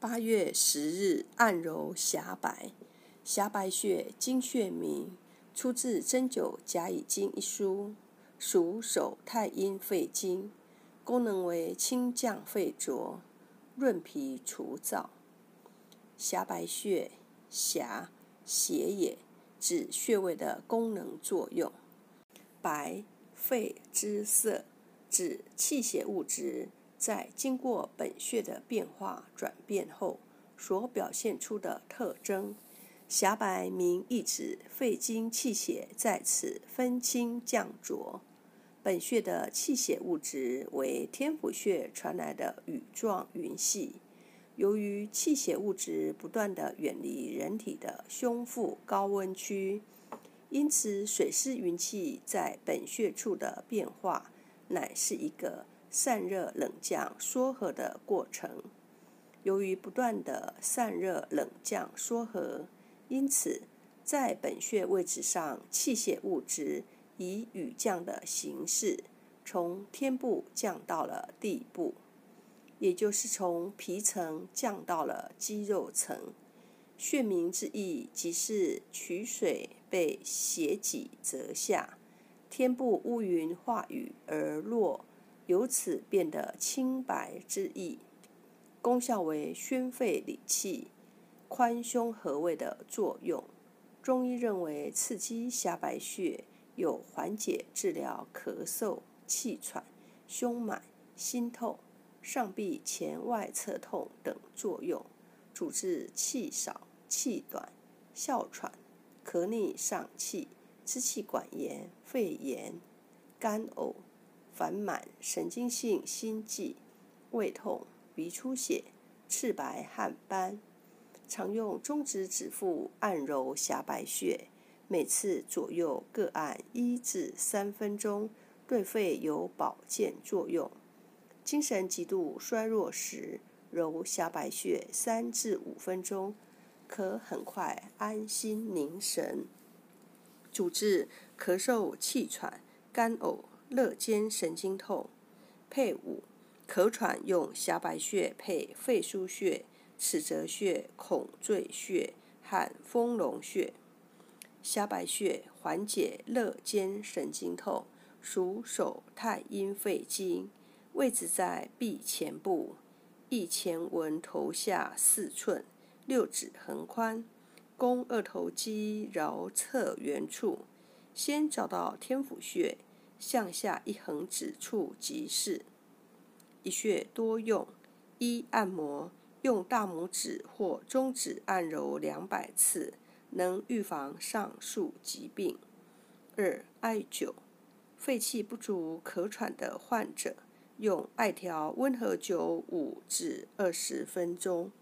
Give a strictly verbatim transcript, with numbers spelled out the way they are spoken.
八月十日，按揉狭白。狭白穴，经穴名，出自《针灸甲乙经》一书，属手太阴肺经，功能为清降肺浊、润脾除燥。狭白穴，狭，邪也，指穴位的功能作用。白，肺之色，指气血物质在经过本穴的变化转变后所表现出的特征。狭白名意指肺经气血在此分清降浊。本穴的气血物质为天府穴传来的羽状云系，由于气血物质不断地远离人体的胸腹高温区，因此水湿云气在本穴处的变化乃是一个散热冷降缩合的过程。由于不断的散热冷降缩合，因此在本穴位置上，气血物质以雨降的形式从天部降到了地部，也就是从皮层降到了肌肉层。穴名之意即是取水被血挤则下，天部乌云化雨而落，由此变得清白之意。功效为宣肺理气、宽胸和胃的作用。中医认为刺激狭白穴有缓解治疗咳嗽、气喘、胸满、心痛、上臂前外侧痛等作用，主治气少、气短、哮喘、咳逆上气、支气管炎、肺炎、干呕、烦满、神经性心悸、胃痛、鼻出血、赤白汗斑。常用中指指腹按揉狭白穴，每次左右各按一至三分钟，对肺有保健作用。精神极度衰弱时，揉狭白穴三至五分钟，可很快安心凝神。主治咳嗽、气喘、干呕、肋间神经痛。配伍：咳喘用狭白穴配肺腧穴、尺泽穴、孔最穴和丰隆穴。狭白穴缓解肋间神经痛，属手太阴肺经，位置在臂前部，腋前纹头下四寸，六指横宽，供二头肌桡侧缘处。先找到天府穴，向下一横指处即是。一穴多用：一、按摩，用大拇指或中指按揉两百次，能预防上述疾病。二、艾灸，肺气不足、咳喘的患者，用艾条温和灸五至二十分钟。